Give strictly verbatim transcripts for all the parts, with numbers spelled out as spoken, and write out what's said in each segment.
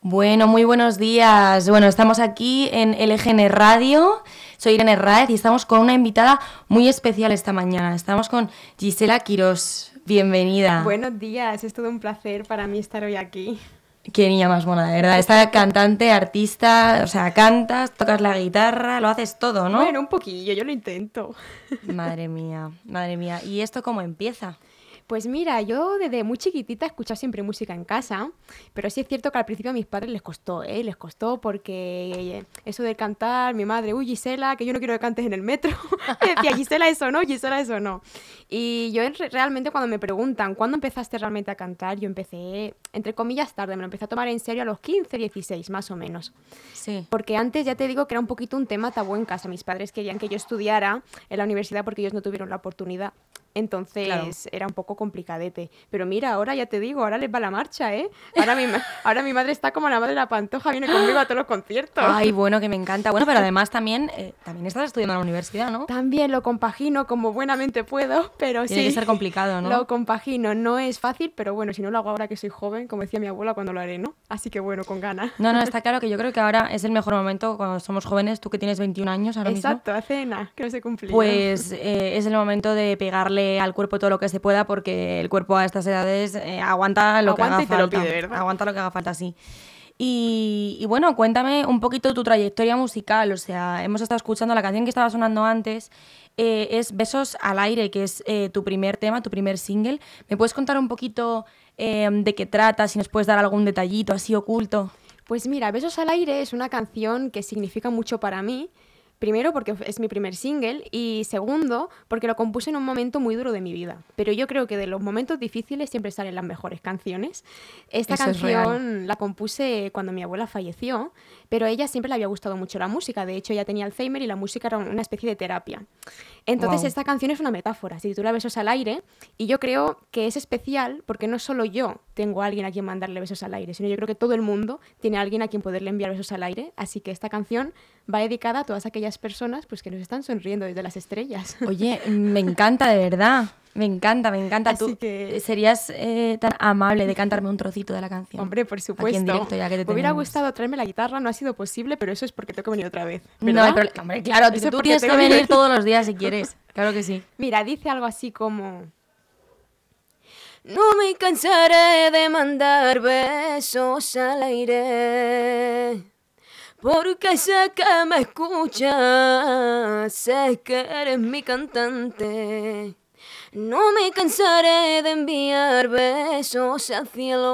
Bueno, muy buenos días. Bueno, estamos aquí en L G N Radio. Soy Irene Raez y estamos con una invitada muy especial esta mañana. Estamos con Gisela Quirós. Bienvenida. Buenos días, es todo un placer para mí estar hoy aquí. Qué niña más mona, de verdad. Esta cantante, artista, o sea, cantas, tocas la guitarra, lo haces todo, ¿no? Bueno, un poquillo, yo lo intento. Madre mía, madre mía. ¿Y esto cómo empieza? Pues mira, yo desde muy chiquitita he escuchado siempre música en casa, pero sí es cierto que al principio a mis padres les costó, ¿eh? Les costó porque eso de cantar, mi madre, uy, Gisela, que yo no quiero que cantes en el metro. Y decía, Gisela, eso no, Gisela, eso no. Y yo realmente cuando me preguntan, ¿cuándo empezaste realmente a cantar? Yo empecé, entre comillas, tarde, me lo empecé a tomar en serio a los quince, dieciséis, más o menos. Sí. Porque antes ya te digo que era un poquito un tema tabú en casa. Mis padres querían que yo estudiara en la universidad porque ellos no tuvieron la oportunidad. Entonces claro, era un poco complicadete. Pero mira, ahora ya te digo, ahora les va la marcha, ¿eh? Ahora mi, ahora mi madre está como la madre de la Pantoja, viene conmigo a todos los conciertos. Ay, bueno, que me encanta. Bueno, pero además también, eh, también estás estudiando en la universidad, ¿no? También lo compagino como buenamente puedo, pero sí. Tiene que ser complicado, ¿no? Lo compagino, no es fácil, pero bueno, si no lo hago ahora que soy joven, como decía mi abuela, cuando lo haré, ¿no? Así que bueno, con ganas. No, no, está claro que yo creo que ahora es el mejor momento cuando somos jóvenes, tú que tienes veintiún años ahora mismo. Exacto, hace nada, que no se cumplió. Pues eh, es el momento de pegarle al cuerpo todo lo que se pueda porque el cuerpo a estas edades eh, aguanta lo aguanta que haga y falta. te lo pide, ¿verdad? Aguanta lo que haga falta, sí. Y, y bueno, cuéntame un poquito tu trayectoria musical. O sea, hemos estado escuchando la canción que estaba sonando antes, eh, es Besos al aire, que es eh, tu primer tema, tu primer single. ¿Me puedes contar un poquito eh, de qué trata? Si nos puedes dar algún detallito así oculto. Pues mira, Besos al aire es una canción que significa mucho para mí. Primero, porque es mi primer single, y segundo, porque lo compuse en un momento muy duro de mi vida. Pero yo creo que de los momentos difíciles siempre salen las mejores canciones. Esta Eso canción la compuse cuando mi abuela falleció, pero a ella siempre le había gustado mucho la música. De hecho, ella tenía Alzheimer y la música era una especie de terapia. Entonces, wow. Esta canción es una metáfora, se titula Besos al aire, y yo creo que es especial porque no solo yo tengo a alguien a quien mandarle besos al aire, sino yo creo que todo el mundo tiene a alguien a quien poderle enviar besos al aire. Así que esta canción va dedicada a todas aquellas personas pues, que nos están sonriendo desde las estrellas. Oye, me encanta, de verdad. Me encanta, me encanta. Así Tú que... serías eh, tan amable de cantarme un trocito de la canción. Hombre, por supuesto. Aquí en directo, ya que te Me hubiera tenemos. gustado traerme la guitarra, no ha sido posible, pero eso es porque tengo que venir otra vez, ¿verdad? No, pero, hombre, claro, tú, tú tienes que venir venir todos los días si quieres. Claro que sí. Mira, dice algo así como... No me cansaré de mandar besos al aire, porque sé que me escuchas, sé que eres mi cantante. No me cansaré de enviar besos al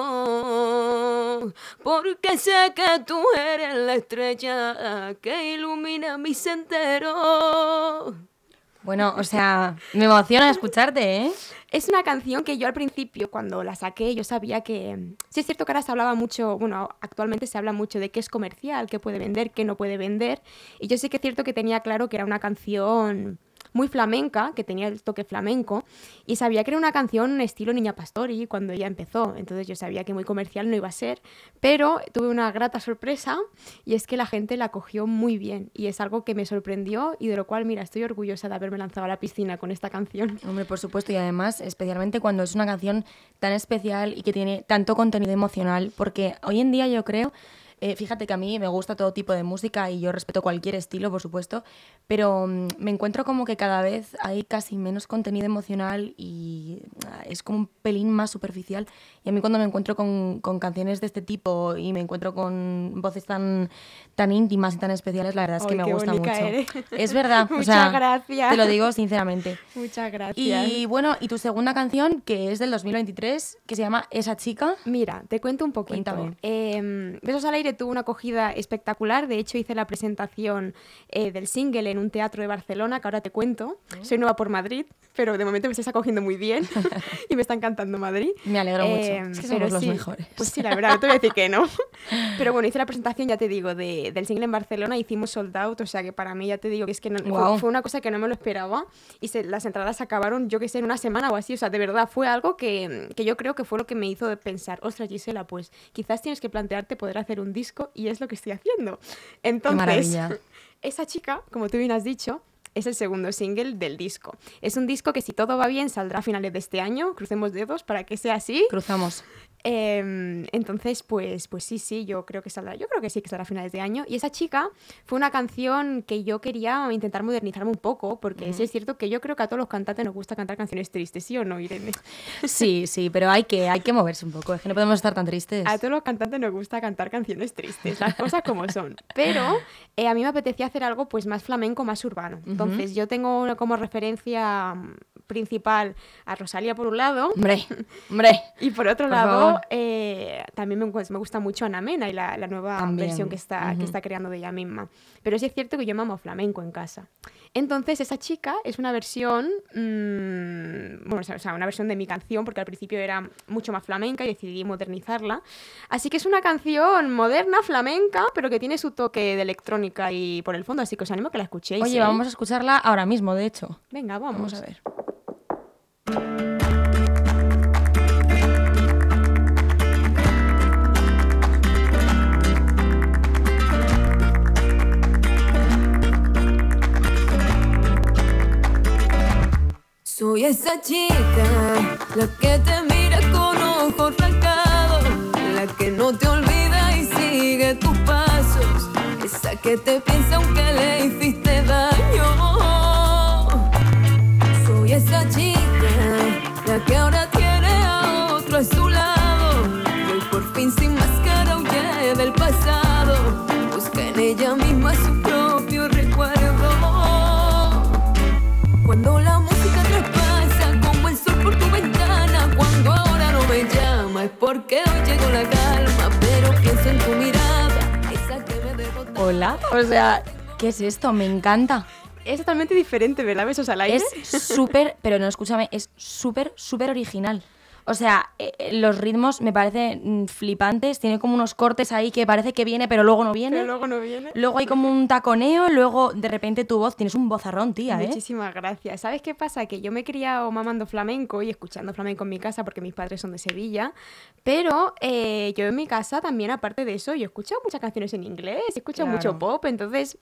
cielo, porque sé que tú eres la estrella que ilumina mi sendero. Bueno, o sea, me emociona escucharte, ¿eh? Es una canción que yo al principio, cuando la saqué, yo sabía que... Sí es cierto que ahora se hablaba mucho, bueno, actualmente se habla mucho de qué es comercial, qué puede vender, qué no puede vender. Y yo sí que es cierto que tenía claro que era una canción muy flamenca, que tenía el toque flamenco, y sabía que era una canción estilo Niña Pastori cuando ella empezó. Entonces yo sabía que muy comercial no iba a ser, pero tuve una grata sorpresa, y es que la gente la cogió muy bien, y es algo que me sorprendió y de lo cual, mira, estoy orgullosa de haberme lanzado a la piscina con esta canción. Hombre, por supuesto, y además, especialmente cuando es una canción tan especial y que tiene tanto contenido emocional, porque hoy en día yo creo... Eh, fíjate que a mí me gusta todo tipo de música y yo respeto cualquier estilo, por supuesto, pero um, me encuentro como que cada vez hay casi menos contenido emocional y uh, es como un pelín más superficial. Y a mí cuando me encuentro con, con canciones de este tipo y me encuentro con voces tan, tan íntimas y tan especiales, la verdad es que Ay, me qué gusta mucho. Eres. Es verdad. Muchas o sea, gracias. Te lo digo sinceramente. Muchas gracias. Y bueno, y tu segunda canción, que es del dos mil veintitrés, que se llama Esa chica. Mira, te cuento un poquito. Cuéntame. Eh, Besos al aire tuvo una acogida espectacular. De hecho, hice la presentación eh, del single en un teatro de Barcelona, que ahora te cuento. ¿Eh? Soy nueva por Madrid, pero de momento me estáis acogiendo muy bien y me está encantando Madrid. Me alegro eh, mucho. Es que somos los sí, mejores. Pues sí, la verdad, no te voy a decir que no. Pero bueno, hice la presentación, ya te digo, de, del single en Barcelona, hicimos sold out, o sea que para mí, ya te digo, que es que no, wow. fue, fue una cosa que no me lo esperaba y se, las entradas acabaron, yo que sé, en una semana o así. O sea, de verdad, fue algo que, que yo creo que fue lo que me hizo pensar, ostras, Gisela, pues quizás tienes que plantearte poder hacer un disco y es lo que estoy haciendo. Entonces, esa chica, como tú bien has dicho, es el segundo single del disco. Es un disco que, si todo va bien, saldrá a finales de este año. Crucemos dedos para que sea así. Cruzamos. Eh, entonces, pues, pues sí, sí, yo creo que saldrá, yo creo que sí que saldrá a finales de año. Y esa chica fue una canción que yo quería intentar modernizarme un poco, porque uh-huh. sí es cierto que yo creo que a todos los cantantes nos gusta cantar canciones tristes, ¿sí o no, Irene? Sí, sí, pero hay que, hay que moverse un poco, es que no podemos estar tan tristes. A todos los cantantes nos gusta cantar canciones tristes, las cosas como son. Pero eh, a mí me apetecía hacer algo pues más flamenco, más urbano. Entonces uh-huh. yo tengo una, como referencia principal a Rosalía por un lado. Hombre, hombre. Y por otro por lado, eh, también me, pues, me gusta mucho Ana Mena y la, la nueva también. versión que está, uh-huh. que está creando de ella misma. Pero sí es cierto que yo mamo flamenco en casa. Entonces esa chica es una versión, mmm, bueno, o sea, una versión de mi canción, porque al principio era mucho más flamenca y decidí modernizarla. Así que es una canción moderna, flamenca, pero que tiene su toque de electrónica y por el fondo, así que os animo a que la escuchéis. Oye, ¿eh? vamos a escucharla ahora mismo, de hecho. Venga, vamos. Vamos a ver. Soy esa chica, la que te mira con ojos rasgados, la que no te olvida y sigue tus pasos, esa que te piensa aunque le hiciste daño. Soy esa chica, la que ahora tiene a otro a su lado, y hoy por fin sin máscara huye del pasado, busca en ella misma su propio recuerdo. Cuando la música traspasa como el sol por tu ventana, cuando ahora no me llama es porque hoy llegó la calma, pero pienso en tu mirada, esa que me derrota. Hola, o sea, ¿qué es esto? Me encanta. Es totalmente diferente, ¿verdad? Besos al aire. Es súper, pero no, escúchame, es súper, súper original. O sea, eh, los ritmos me parecen mm, flipantes, tiene como unos cortes ahí que parece que viene, pero luego no viene. Pero luego no viene. Luego hay como un taconeo, luego de repente tu voz, tienes un vozarrón, tía, ¿eh? Muchísimas gracias. ¿Sabes qué pasa? Que yo me he criado mamando flamenco y escuchando flamenco en mi casa porque mis padres son de Sevilla, pero eh, yo en mi casa también, aparte de eso, yo he escuchado muchas canciones en inglés, he escuchado Claro. mucho pop, entonces...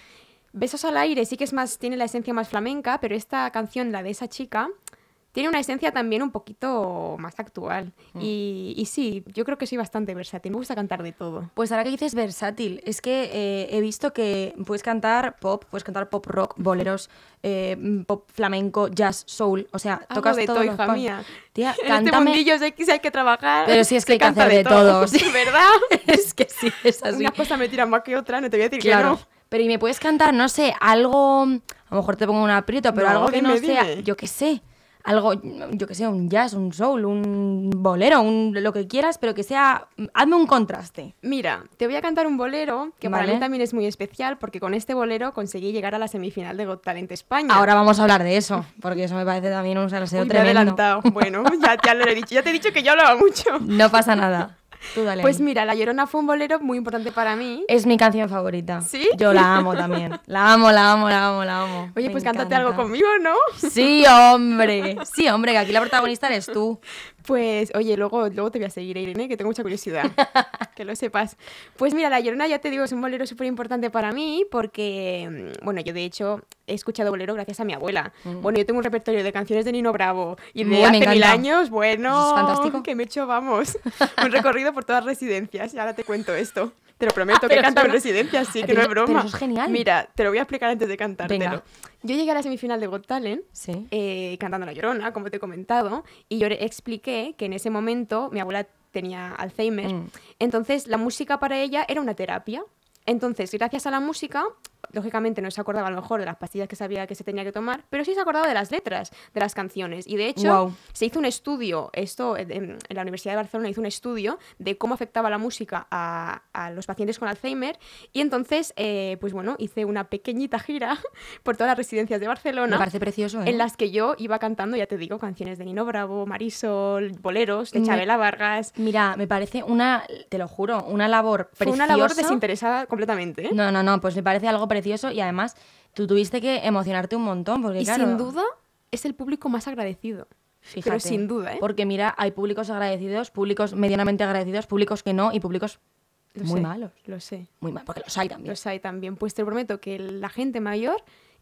Besos al aire sí que es más, tiene la esencia más flamenca, pero esta canción, la de esa chica, tiene una esencia también un poquito más actual. Mm. Y, y sí, yo creo que soy bastante versátil, me gusta cantar de todo. Pues ahora que dices versátil, es que eh, he visto que puedes cantar pop, puedes cantar pop rock, boleros, eh, pop flamenco, jazz, soul, o sea, Hago tocas de todo, todo, hija mía. Tía, en cántame... este mundillo sé que hay que trabajar. Pero sí, es que hay que canta hacer de todo, todo. sí. ¿Verdad? Es que sí, es así. Una cosa me tira más que otra, no te voy a decir Claro. que no. Pero y me puedes cantar, no sé, algo, a lo mejor te pongo un aprieto, pero No, algo que dime, no sea, dime. yo qué sé, algo, yo qué sé, un jazz, un soul, un bolero, un lo que quieras, pero que sea, hazme un contraste. Mira, te voy a cantar un bolero que Vale. para mí también es muy especial porque con este bolero conseguí llegar a la semifinal de Got Talent España. Ahora vamos a hablar de eso, porque eso me parece también un salseo Uy, me he tremendo. adelantado. Bueno, ya, ya lo he dicho. Ya te he dicho que yo hablaba mucho. No pasa nada. Tú dale. Pues ahí. mira, La Llorona fue un bolero muy importante para mí. Es mi canción favorita. ¿Sí? Yo la amo también. La amo, la amo, la amo, la amo. Oye, Me pues cántate encanta. algo conmigo, ¿no? Sí, hombre. Sí, hombre, que aquí la protagonista eres tú. Pues, oye, luego, luego te voy a seguir, Irene, que tengo mucha curiosidad. Que lo sepas. Pues mira, La Llorona, ya te digo, es un bolero súper importante para mí porque, bueno, yo de hecho he escuchado bolero gracias a mi abuela. Mm. Bueno, yo tengo un repertorio de canciones de Nino Bravo y de Muy, hace me mil encanta. años, bueno, Es fantástico. que me he hecho, vamos, un recorrido por todas las residencias. Y ahora te cuento esto. Te lo prometo, Ah, que he pero cantado en eso no- residencias, sí, Ah, que pero- no es broma. pero eso es genial. Mira, te lo voy a explicar antes de cantártelo. Venga. Yo llegué a la semifinal de Got Talent Sí. eh, cantando La Llorona, como te he comentado, y yo le expliqué que en ese momento mi abuela tenía Alzheimer, Mm. entonces la música para ella era una terapia. Entonces, gracias a la música, lógicamente no se acordaba a lo mejor de las pastillas que sabía que se tenía que tomar, pero sí se acordaba de las letras de las canciones. Y de hecho, Guau. se hizo un estudio, esto en, en la Universidad de Barcelona hizo un estudio de cómo afectaba la música a, a los pacientes con Alzheimer. Y entonces, eh, pues bueno, hice una pequeñita gira por todas las residencias de Barcelona. Me parece precioso, ¿eh? En las que yo iba cantando, ya te digo, canciones de Nino Bravo, Marisol, boleros, de Me- Chabela Vargas. Mira, me parece una, te lo juro, una labor Fue preciosa. una labor desinteresada completamente, ¿eh? No, no, no, pues me parece algo precioso y además tú tuviste que emocionarte un montón porque Y claro, sin duda es el público más agradecido. fíjate, pero sin duda, ¿eh? Porque mira, hay públicos agradecidos, públicos medianamente agradecidos, públicos que no y públicos Lo muy sé, malos. Lo sé. Muy mal, porque los hay también. Los hay también. Pues te prometo que la gente mayor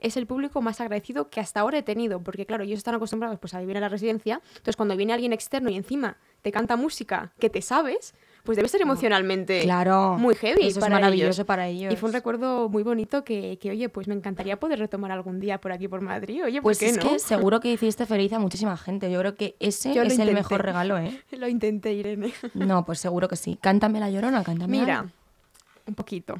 es el público más agradecido que hasta ahora he tenido, porque claro, ellos están acostumbrados pues, a vivir en la residencia, entonces cuando viene alguien externo y encima te canta música que te sabes, pues debe ser emocionalmente Claro, muy heavy eso para es maravilloso ellos. para ellos. Y fue un recuerdo muy bonito que, que, oye, pues me encantaría poder retomar algún día por aquí, por Madrid. Oye, ¿por Pues qué es no? que seguro que hiciste feliz a muchísima gente. Yo creo que ese Yo lo es el intenté. mejor regalo, ¿eh? Lo intenté, Irene. No, pues seguro que sí. Cántame La Llorona, cántame Mira, algo. un poquito.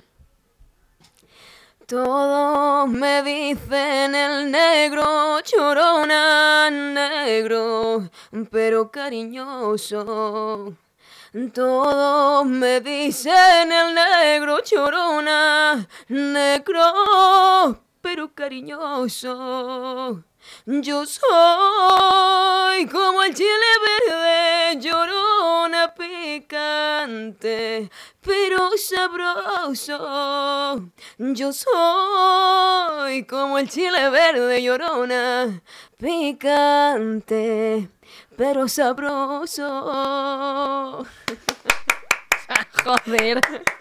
Todos me dicen el negro, Llorona, negro, pero cariñoso. Todos me dicen el negro, Llorona, negro, pero cariñoso. Yo soy como el chile verde, Llorona, picante, pero sabroso. Yo soy como el chile verde, Llorona, picante, pero sabroso. Joder.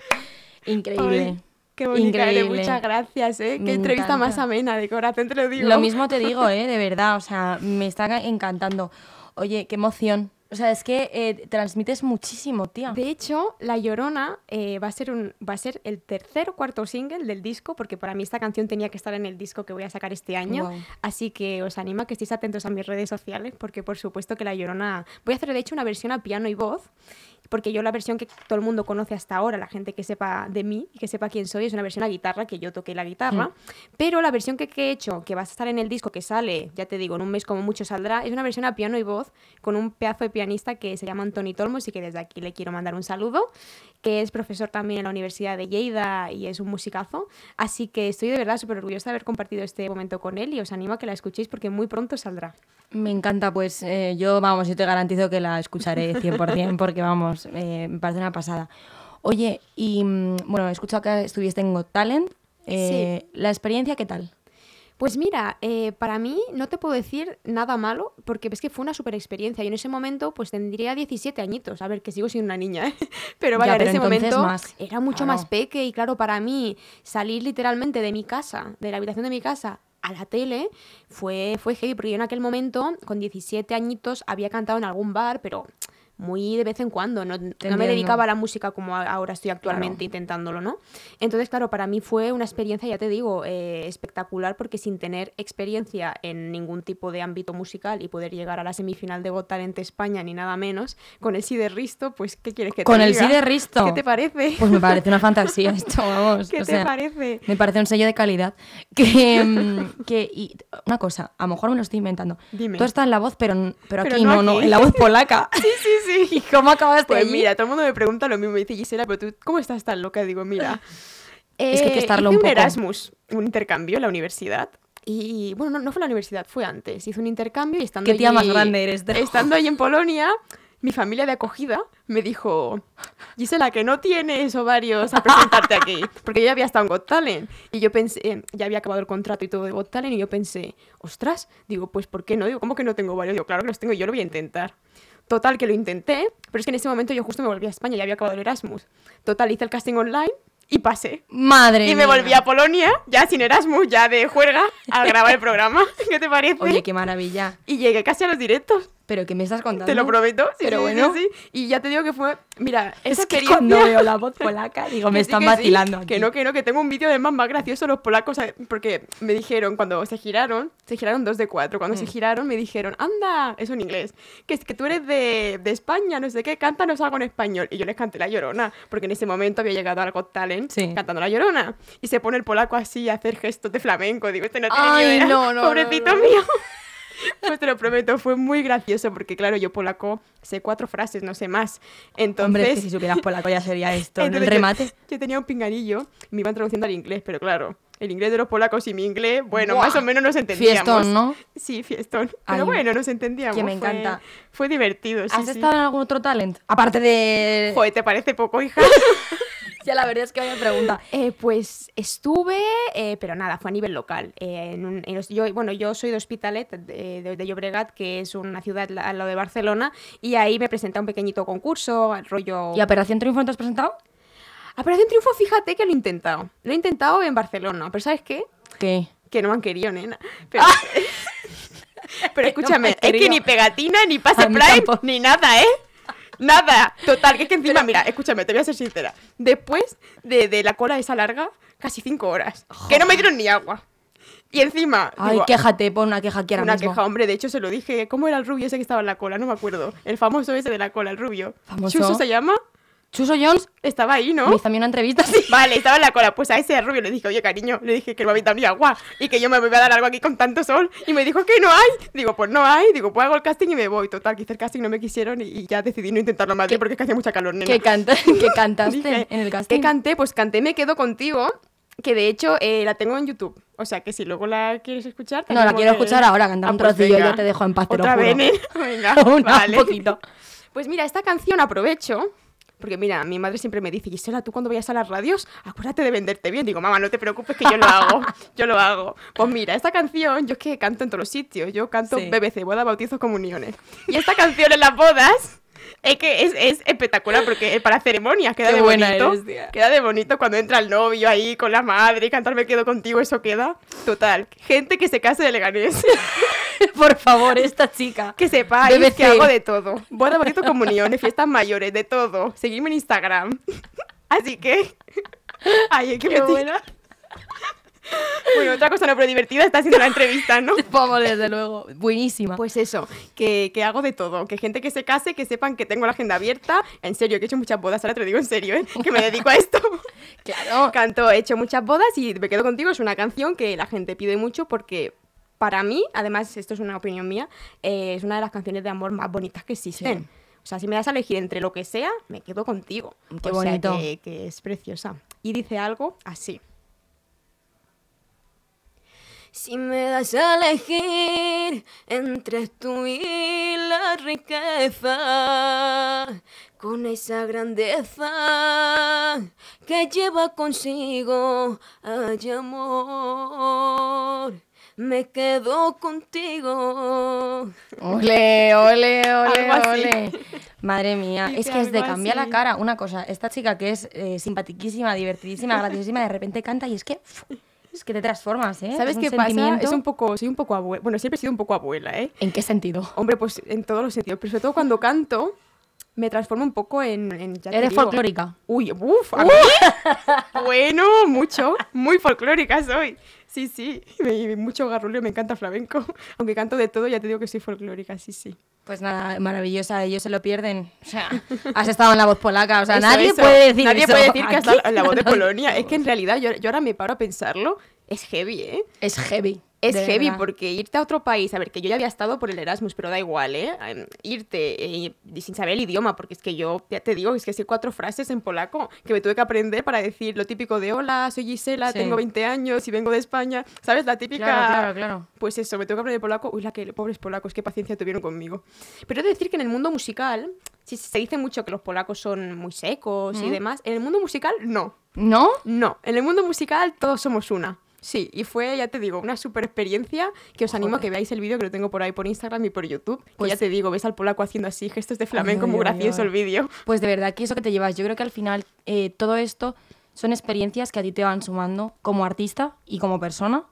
Increíble. Ay, qué bonita eres, Increíble. muchas gracias, ¿eh? Me Qué entrevista encanta. más amena, de corazón te lo digo. Lo mismo te digo, ¿eh? De verdad, o sea, me está encantando. Oye, qué emoción. O sea, es que eh, transmites muchísimo, tía. De hecho, La Llorona eh, va, a ser un, va a ser el tercer o cuarto single del disco, porque para mí esta canción tenía que estar en el disco que voy a sacar este año. Guau. Así que os animo a que estéis atentos a mis redes sociales, porque por supuesto que La Llorona... Voy a hacer de hecho una versión a piano y voz, porque yo la versión que todo el mundo conoce hasta ahora, la gente que sepa de mí y que sepa quién soy, es una versión a guitarra, que yo toqué la guitarra. Mm. Pero la versión que, que he hecho, que va a estar en el disco, que sale, ya te digo, en un mes como mucho saldrá, es una versión a piano y voz con un pedazo de pianista que se llama Antoni Tolmos y que desde aquí le quiero mandar un saludo, que es profesor también en la Universidad de Lleida y es un musicazo. Así que estoy de verdad súper orgullosa de haber compartido este momento con él y os animo a que la escuchéis porque muy pronto saldrá. Me encanta, pues eh, yo, vamos, yo te garantizo que la escucharé cien por ciento porque, vamos, eh, me parece una pasada. Oye, y mm, bueno, he escuchado que estuviste en Got Talent. Eh, ¿La experiencia qué tal? Pues mira, eh, para mí no te puedo decir nada malo, porque es que fue una super experiencia. Yo en ese momento pues tendría diecisiete añitos. A ver, que sigo siendo una niña, ¿eh? Pero vaya, Ya, pero en ese entonces momento más. era mucho Claro. más peque y claro, para mí salir literalmente de mi casa, de la habitación de mi casa, a la tele, fue, fue heavy, porque yo en aquel momento, con diecisiete añitos, había cantado en algún bar, pero muy de vez en cuando, no, no me entiendo. dedicaba a la música como a- ahora estoy actualmente Claro. intentándolo, ¿no? Entonces, claro, para mí fue una experiencia, ya te digo, eh, espectacular, porque sin tener experiencia en ningún tipo de ámbito musical y poder llegar a la semifinal de Got Talent España, ni nada menos, con el sí de Risto, pues, ¿qué quieres que te Con el diga? sí de Risto. ¿Qué te parece? Pues me parece una fantasía esto, vamos. ¿Qué o te sea, parece? Me parece un sello de calidad. Que, mm, que y una cosa, a lo mejor me lo estoy inventando. Dime. Tú estás en la voz, pero, pero, Pero aquí no no, no, aquí. en la voz polaca. Sí, sí, sí. ¿Y cómo acabaste Pues allí? mira, todo el mundo me pregunta lo mismo. Me dice, Gisela, pero tú, ¿cómo estás tan loca? Digo, mira. Es que hay que eh, estarlo hice un poco. Erasmus, un intercambio en la universidad. Y bueno, no, no fue en la universidad, fue antes. Hice un intercambio y estando Qué tía allí- más grande eres, te lo Estando ahí en Polonia, mi familia de acogida me dijo, Gisela, que no tienes ovarios a presentarte aquí. Porque yo ya había estado en Got Talent. Y yo pensé, eh, ya había acabado el contrato y todo de Got Talent. Y yo pensé, ostras, digo, pues ¿por qué no? Digo, ¿cómo que no tengo ovarios? Digo, claro que los tengo y yo lo voy a intentar. Total, que lo intenté, pero es que en ese momento yo justo me volví a España, ya había acabado el Erasmus. Total, hice el casting online y pasé. Madre Y me mía. volví a Polonia, ya sin Erasmus, ya de juerga, a grabar el programa. ¿Qué te parece? Oye, qué maravilla. Y llegué casi a los directos, ¿Pero qué me estás contando? te lo prometo. Sí, Pero sí, bueno. sí, sí. Y ya te digo que fue, mira, esa Es que experiencia... cuando veo la voz polaca, digo, me Que sí, están que sí, vacilando aquí. Que no, que no, que tengo un vídeo de más más gracioso los polacos, eh, porque me dijeron, cuando se giraron, se giraron dos de cuatro, cuando Mm. se giraron me dijeron, anda, eso en inglés, que es que tú eres de, de España, no sé qué, cántanos algo en español. Y yo les canté La Llorona, porque en ese momento había llegado al Got Talent Sí. cantando La Llorona. Y se pone el polaco así a hacer gestos de flamenco, digo, este no tiene Ay, ni idea, no, no, pobrecito no, no. mío. Pues te lo prometo, fue muy gracioso, porque claro, yo polaco sé cuatro frases, no sé más. Entonces... Hombre, es que si supieras polaco ya sería esto, Entonces, el remate. Yo, yo tenía un pinganillo, me iban traduciendo al inglés, pero claro, el inglés de los polacos y mi inglés, bueno, Buah. más o menos nos entendíamos. Fiestón, ¿no? Sí, fiestón. Ay, Pero bueno, nos entendíamos. que me fue- encanta. Fue divertido, sí, ¿Has sí. estado en algún otro talent? Aparte de... Joder, ¿te parece poco, hija? Ya la verdad es que vaya pregunta. Eh, pues estuve, eh, pero nada, fue a nivel local. Eh, en un- en los- yo, bueno, yo soy de Hospitalet, de, de, de Llobregat, que es una ciudad la- al lado de Barcelona, y ahí me presenté a un pequeñito concurso, al rollo... ¿Y a Operación Triunfo no te has presentado? Operación Triunfo, fíjate que lo he intentado. Lo he intentado en Barcelona, pero ¿sabes qué? ¿Qué? Que no me han querido, nena. Pero, pero escúchame, No me han es que ni querido. pegatina, ni pase A mí Prime, tampoco. ni nada, ¿eh? Nada. Total, que es que encima, mira, escúchame, te voy a ser sincera. Después de, de la cola esa larga, casi cinco horas. Que no me dieron ni agua. Y encima... Ay, digo, quéjate, pon una queja aquí ahora una mismo. queja, hombre, de hecho se lo dije. ¿Cómo era el rubio ese que estaba en la cola? No me acuerdo. El famoso ese de la cola, el rubio. ¿Famoso? ¿Chuso se llama? Chuso Jones Estaba ahí, ¿no? me hizo a mí una entrevista así. Vale, estaba en la cola. Pues a ese rubio le dije, oye, cariño, le dije que no me habéis dado ni agua y que yo me voy a dar algo aquí con tanto sol. Y me dijo que no hay. Digo, pues no hay. Digo, pues hago el casting y me voy. Total, que hice el casting, no me quisieron y, y ya decidí no intentarlo más ¿Qué- porque es que hacía mucha calor, nena. ¿Qué, canta ¿Qué cantaste Dije, en el casting? ¿qué canté? Pues canté Me Quedo Contigo, que de hecho eh, la tengo en YouTube. O sea, que si luego la quieres escuchar... No, la tenemos quiero que- escuchar ahora, cantar Ah, un pues trocillo, venga. yo te dejo en paz, te lo Otra juro. vez, ¿eh? Venga, Una, vale. un poquito. Pues mira, esta canción aprovecho, porque mira, mi madre siempre me dice, Gisela, tú cuando vayas a las radios, acuérdate de venderte bien. Digo, mamá, no te preocupes que yo lo hago, yo lo hago. Pues mira, esta canción, yo es que canto en todos los sitios, yo canto Sí. B B C, bodas, bautizos, comuniones. Y esta canción en las bodas... Es que es, es espectacular porque para ceremonias queda Qué de buena bonito. eres, tía. Queda de bonito cuando entra el novio ahí con la madre y cantar Me Quedo Contigo, eso queda total. Gente que se case de Leganés. Por favor, esta chica. Que sepáis B B C. que hago de todo. Boda, bautizo, comuniones, fiestas mayores, de todo. Seguidme en Instagram. Así que... Ay, es que Qué me buena. Bueno, otra cosa no pero divertida está haciendo la entrevista, ¿no? Vamos, desde luego. Buenísima. Pues eso, que, que hago de todo. Que gente que se case, que sepan que tengo la agenda abierta. En serio, que he hecho muchas bodas, ahora te lo digo en serio, ¿eh? Que me dedico a esto. claro. Canto, he hecho muchas bodas y Me Quedo Contigo es una canción que la gente pide mucho porque... Para mí, además, esto es una opinión mía, eh, es una de las canciones de amor más bonitas que existen. Sí. O sea, si me das a elegir entre lo que sea, me quedo contigo. Qué o bonito. sea, que, que es preciosa. Y dice algo así. Si me das a elegir entre tú y la riqueza, con esa grandeza que lleva consigo, ay amor, me quedo contigo. Ole, ole, ole, Algo así. ole. Madre mía, Dice es que es de algo cambiar así. la cara. Una cosa, esta chica que es eh, simpatiquísima, divertidísima, graciosísima, de repente canta y es que... uf, es que te transformas, ¿eh? ¿Sabes Es un qué pasa? sentimiento- Es un poco, soy un poco abuela. Bueno, siempre he sido un poco abuela, ¿eh? ¿En qué sentido? Hombre, pues en todos los sentidos. Pero sobre todo cuando canto, me transformo un poco en... en ya te ¿Eres digo. folclórica? Uy, uff, ¿a mí? Bueno, mucho. Muy folclórica soy. Sí, sí. Me, mucho garruleo, me encanta flamenco. Aunque canto de todo, ya te digo que soy folclórica, sí, sí. Pues nada, maravillosa, ellos se lo pierden. O sea, has estado en La Voz Polaca, o sea, Eso, nadie eso. puede decir Nadie eso. puede decir que has Aquí estado en la voz de nadie Polonia. puede. Es que en realidad, yo, yo ahora me paro a pensarlo, es heavy, ¿eh? Es heavy. Es de heavy verdad. porque irte a otro país, a ver, que yo ya había estado por el Erasmus, pero da igual, ¿eh? Em, Irte eh, y sin saber el idioma, porque es que yo, ya te digo, es que sé cuatro frases en polaco que me tuve que aprender para decir lo típico de hola, soy Gisela, Sí. tengo veinte años y vengo de España, ¿sabes? La típica... Claro, claro, claro. Pues eso, me tengo que aprender polaco. Uy, la que pobres polacos, qué paciencia tuvieron conmigo. Pero he de decir que en el mundo musical, sí, se dice mucho que los polacos son muy secos y ¿Mm? demás, en el mundo musical no. ¿No? No, en el mundo musical todos somos una. Sí, y fue, ya te digo, una super experiencia que os animo a que veáis el vídeo que lo tengo por ahí por Instagram y por YouTube. Que Pues- ya te digo, ves al polaco haciendo así gestos de flamenco, Ay, muy ay, gracioso ay. el vídeo. Pues de verdad que eso que te llevas, yo creo que al final eh, todo esto son experiencias que a ti te van sumando como artista y como persona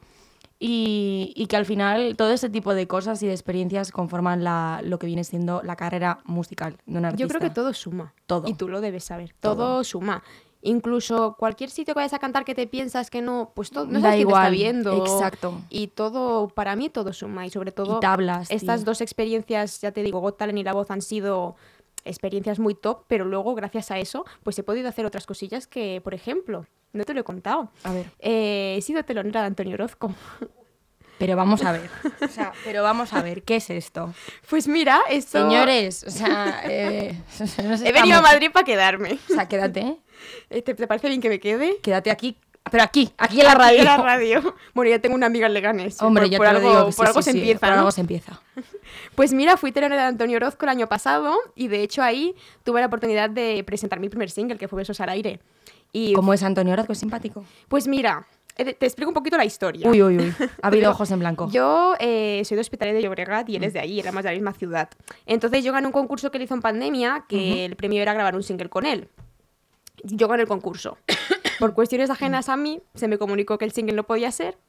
y, y que al final todo ese tipo de cosas y de experiencias conforman la, lo que viene siendo la carrera musical de un artista. Yo creo que todo suma. Todo. Y tú lo debes saber. Todo. Todo, suma. Incluso cualquier sitio que vayas a cantar que te piensas que no, pues todo, no Da sabes quién te igual, está viendo. exacto. Y todo, para mí todo suma. Y sobre todo, Y tablas, estas tío. dos experiencias, ya te digo, Got Talent y La Voz han sido experiencias muy top, pero luego, gracias a eso, pues he podido hacer otras cosillas que, por ejemplo, no te lo he contado. A ver. Eh, he sido telonera de Antonio Orozco. Pero vamos a ver, o sea, pero vamos a ver, ¿qué es esto? Pues mira, esto... Señores, o sea, eh, nos He venido a estamos- Madrid para quedarme. O sea, quédate, ¿eh? Eh, ¿Te, te parece bien que me quede? Quédate aquí, pero aquí, aquí en la radio. En la radio. Bueno, ya tengo una amiga en Leganés. Hombre, por, ya por te lo algo, digo, que sí, por algo sí, se sí, empieza, por ¿no? algo se empieza. Pues mira, fui telonera de Antonio Orozco el año pasado y de hecho ahí tuve la oportunidad de presentar mi primer single, que fue Besos al aire. Y ¿Cómo es Antonio Orozco? ¿Es simpático? pues mira, eh, te explico un poquito la historia. Uy, uy, uy. Ha habido Pero ojos en blanco. Yo eh, soy de Hospitalet de Llobregat y él es de allí, éramos de la misma ciudad. Entonces yo gané un concurso que él hizo en pandemia, que el premio era grabar un single con él. Yo gané el concurso. Por cuestiones ajenas a mí, se me comunicó que el single no podía ser, pero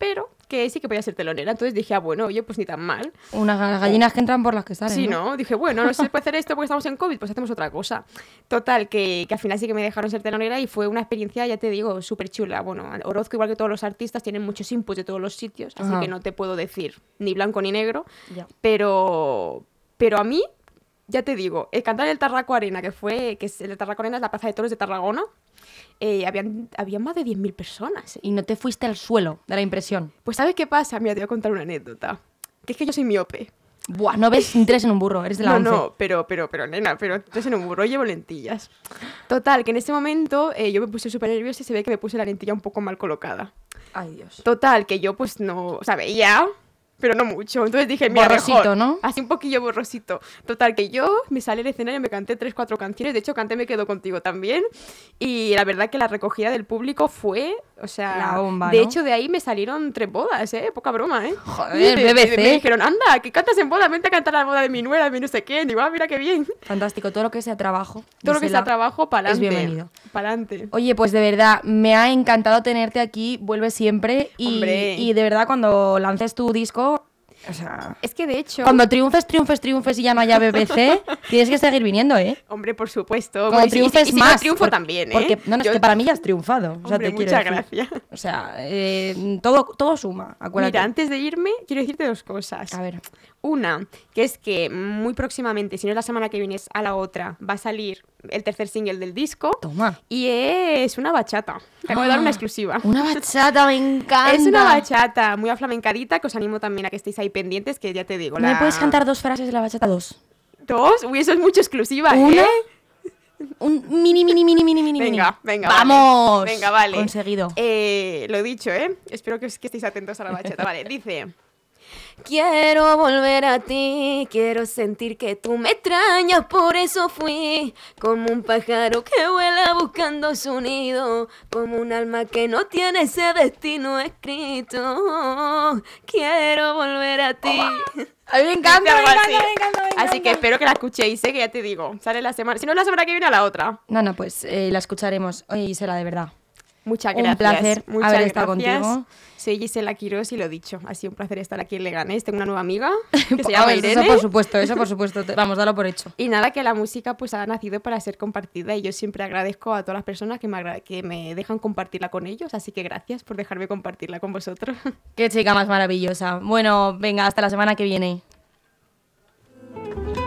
que sí que podía ser telonera. Entonces dije, ah, bueno, oye, pues ni tan mal. Unas gallinas que entran por las que salen. Sí, ¿no? ¿no? Dije, bueno, no se puede hacer esto porque estamos en COVID, pues hacemos otra cosa. Total, que, que al final sí que me dejaron ser telonera y fue una experiencia, ya te digo, súper chula. Bueno, Orozco, igual que todos los artistas, tienen muchos inputs de todos los sitios, así Ajá. que no te puedo decir ni blanco ni negro. Ya. Pero, pero a mí, ya te digo, el cantar en el Tarraco Arena, que fue, que es, el Tarraco Arena es la Plaza de Toros de Tarragona, eh, habían, había más de diez mil personas. ¿eh? Y no te fuiste al suelo de la impresión. Pues ¿sabes qué pasa? Mira, te voy a contar una anécdota. Que es que yo soy miope. Buah, no ves ni tres en un burro, eres de la No, once. no, pero, pero, pero, nena, pero entonces en un burro llevo lentillas. Total, que en ese momento eh, yo me puse súper nerviosa y se ve que me puse la lentilla un poco mal colocada. Ay, Dios. Total, que yo pues no, o sea, veía, pero no mucho. Entonces dije, mira, Borrosito, mejor. ¿no? Así un poquillo borrosito. Total, que yo me salí al escenario y me canté tres, cuatro canciones. De hecho, canté Me Quedo Contigo también. Y la verdad que la recogida del público fue, o sea... La bomba, de ¿no? hecho, de ahí me salieron tres bodas, ¿eh? Poca broma, ¿eh? Joder, Y me- B B C. Me, me dijeron, anda, que cantas en boda, vente a cantar la boda de mi nuera, de mi no sé qué. Y digo, ah, mira qué bien. Fantástico, todo lo que sea trabajo. Todo lo que Gisela, sea trabajo, para es adelante. bienvenido. Para adelante. Oye, pues de verdad, me ha encantado tenerte aquí, vuelve siempre. Y, Hombre. y de verdad, cuando lances tu disco, o sea... Es que de hecho... Cuando triunfes, triunfes, triunfes y ya no haya B B C, tienes que seguir viniendo, ¿eh? Hombre, por supuesto. Como Y si- y si- triunfes y si más. no triunfo por- también, ¿eh? Porque, no, no, Yo- es que para mí ya has triunfado. O sea, Hombre, te quiero muchas decir. gracias. O sea, eh, todo, todo suma, acuérdate. Mira, antes de irme, quiero decirte dos cosas. A ver. Una, que es que muy próximamente, si no es la semana que viene, es a la otra, va a salir el tercer single del disco. Toma. Y es una bachata. Te acabo de dar una exclusiva. Una bachata, me encanta. Es una bachata muy aflamencadita, que os animo también a que estéis ahí pendientes, que ya te digo. ¿No me la- puedes cantar dos frases de la bachata? Dos. ¿Dos? Uy, eso es mucho exclusiva, ¿Una? ¿eh? Un mini, mini, mini, mini, mini. Venga, mini. venga, ¡Vamos! vale. Venga, vale. Conseguido. Eh, lo he dicho, ¿eh? Espero que, os- que estéis atentos a la bachata. Vale, dice... Quiero volver a ti, quiero sentir que tú me extrañas, por eso fui como un pájaro que vuela buscando su nido, como un alma que no tiene ese destino escrito. Quiero volver a ti. A mí me encanta, Algo me así. encanta, me encanta, me Así encanta. que espero que la escuchéis, ¿eh? Que ya te digo. Sale la semana... Si no, la semana que viene a la otra. No, no, pues eh, la escucharemos. Oye, Gisela, de verdad. Muchas Un gracias. placer Muchas haber estado gracias. contigo. Soy Gisela Quirós y lo dicho. Ha sido un placer estar aquí en Leganés. Tengo una nueva amiga que se A llama ver, Irene. eso por supuesto, eso por supuesto. Te- Vamos, dalo por hecho. Y nada, que la música pues ha nacido para ser compartida y yo siempre agradezco a todas las personas que me, agra- que me dejan compartirla con ellos, así que gracias por dejarme compartirla con vosotros. Qué chica más maravillosa. Bueno, venga, hasta la semana que viene.